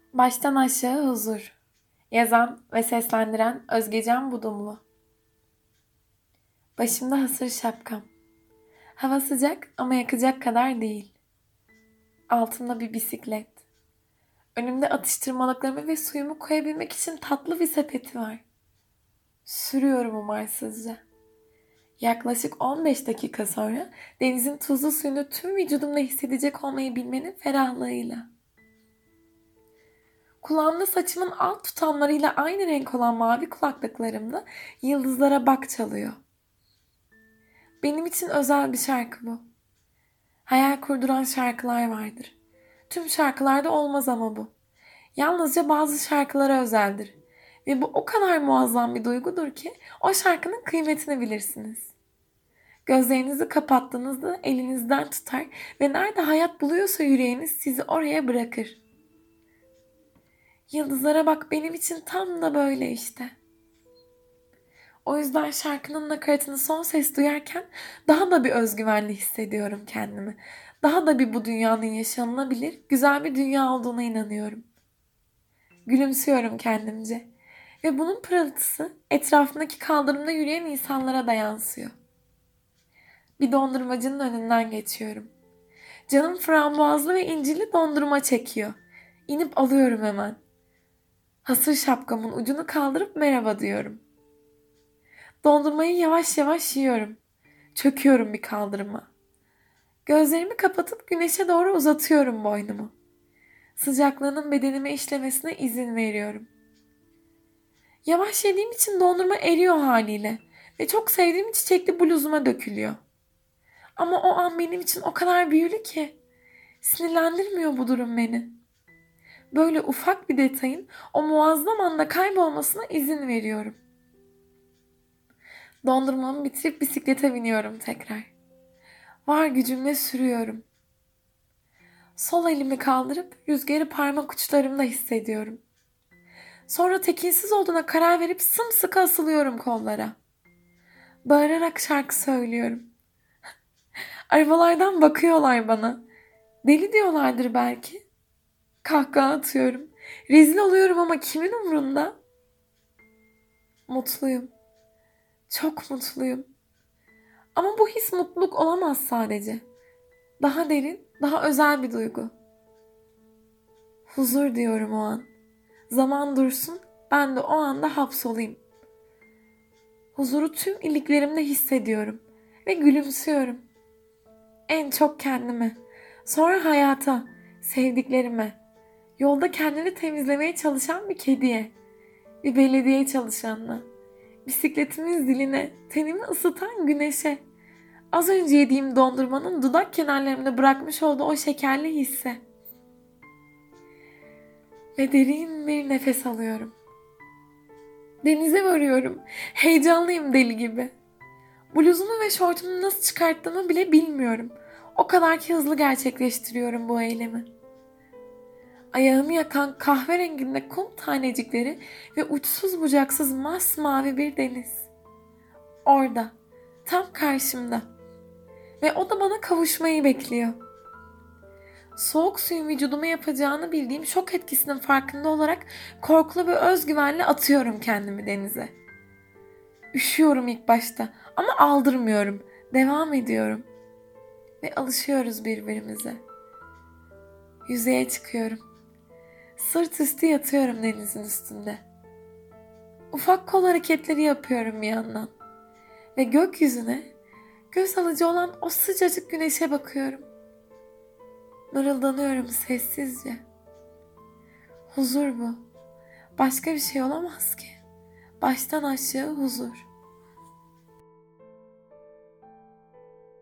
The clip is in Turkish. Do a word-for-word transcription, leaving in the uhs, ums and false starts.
Baştan aşağı huzur. Yazan ve seslendiren Özgecan Budumlu. Başımda hasır şapkam. Hava sıcak ama yakacak kadar değil. Altımda bir bisiklet. Önümde atıştırmalıklarımı ve suyumu koyabilmek için tatlı bir sepeti var. Sürüyorum umarsızca. Yaklaşık on beş dakika sonra denizin tuzlu suyunu tüm vücudumda hissedecek olmayı bilmenin ferahlığıyla. Kulağımda saçımın alt tutamlarıyla aynı renk olan mavi kulaklıklarımda yıldızlara bak çalıyor. Benim için özel bir şarkı bu. Hayal kurduran şarkılar vardır. Tüm şarkılarda olmaz ama bu. Yalnızca bazı şarkılara özeldir. Ve bu o kadar muazzam bir duygudur ki o şarkının kıymetini bilirsiniz. Gözlerinizi kapattığınızda elinizden tutar ve nerede hayat buluyorsa yüreğiniz sizi oraya bırakır. Yıldızlara bak benim için tam da böyle işte. O yüzden şarkının nakaratını son ses duyarken daha da bir özgüvenli hissediyorum kendimi. Daha da bir bu dünyanın yaşanılabilir, güzel bir dünya olduğuna inanıyorum. Gülümsüyorum kendimce. Ve bunun pırıltısı etrafındaki kaldırımda yürüyen insanlara da yansıyor. Bir dondurmacının önünden geçiyorum. Canım frambuazlı ve incirli dondurma çekiyor. İnip alıyorum hemen. Hasır şapkamın ucunu kaldırıp merhaba diyorum. Dondurmayı yavaş yavaş yiyorum. Çöküyorum bir kaldırıma. Gözlerimi kapatıp güneşe doğru uzatıyorum boynumu. Sıcaklığının bedenime işlemesine izin veriyorum. Yavaş yediğim için dondurma eriyor haliyle ve çok sevdiğim çiçekli bluzuma dökülüyor. Ama o an benim için o kadar büyülü ki sinirlendirmiyor bu durum beni. Böyle ufak bir detayın o muazzam anda kaybolmasına izin veriyorum. Dondurmamı bitirip bisiklete biniyorum tekrar. Var gücümle sürüyorum. Sol elimi kaldırıp rüzgarı parmak uçlarımda hissediyorum. Sonra tekinsiz olduğuna karar verip sımsıkı asılıyorum kollara. Bağırarak şarkı söylüyorum. Arabalardan bakıyorlar bana. Deli diyorlardır belki. Kahkaha atıyorum. Rezil oluyorum ama kimin umrunda? Mutluyum. Çok mutluyum. Ama bu his mutluluk olamaz sadece. Daha derin, daha özel bir duygu. Huzur diyorum o an. Zaman dursun, ben de o anda hapsolayım. Huzuru tüm iliklerimde hissediyorum ve gülümsüyorum. En çok kendime, sonra hayata, sevdiklerime, yolda kendini temizlemeye çalışan bir kediye, bir belediye çalışanına, bisikletimin ziline, tenimi ısıtan güneşe, az önce yediğim dondurmanın dudak kenarlarımda bırakmış olduğu o şekerli hisse. Ve derin bir nefes alıyorum. Denize varıyorum. Heyecanlıyım deli gibi. Bluzumu ve şortumu nasıl çıkarttığımı bile bilmiyorum. O kadar ki hızlı gerçekleştiriyorum bu eylemi. Ayağımı yakan kahverenginde kum tanecikleri ve uçsuz bucaksız masmavi bir deniz. Orada, tam karşımda. Ve o da bana kavuşmayı bekliyor. Soğuk suyun vücuduma yapacağını bildiğim şok etkisinin farkında olarak korkulu ve özgüvenle atıyorum kendimi denize. Üşüyorum ilk başta ama aldırmıyorum. Devam ediyorum. Ve alışıyoruz birbirimize. Yüzeye çıkıyorum. Sırt üstü yatıyorum denizin üstünde. Ufak kol hareketleri yapıyorum bir yandan. Ve gökyüzüne, göz alıcı olan o sıcacık güneşe bakıyorum. Mırıldanıyorum sessizce. Huzur bu. Başka bir şey olamaz ki. Baştan aşağı huzur.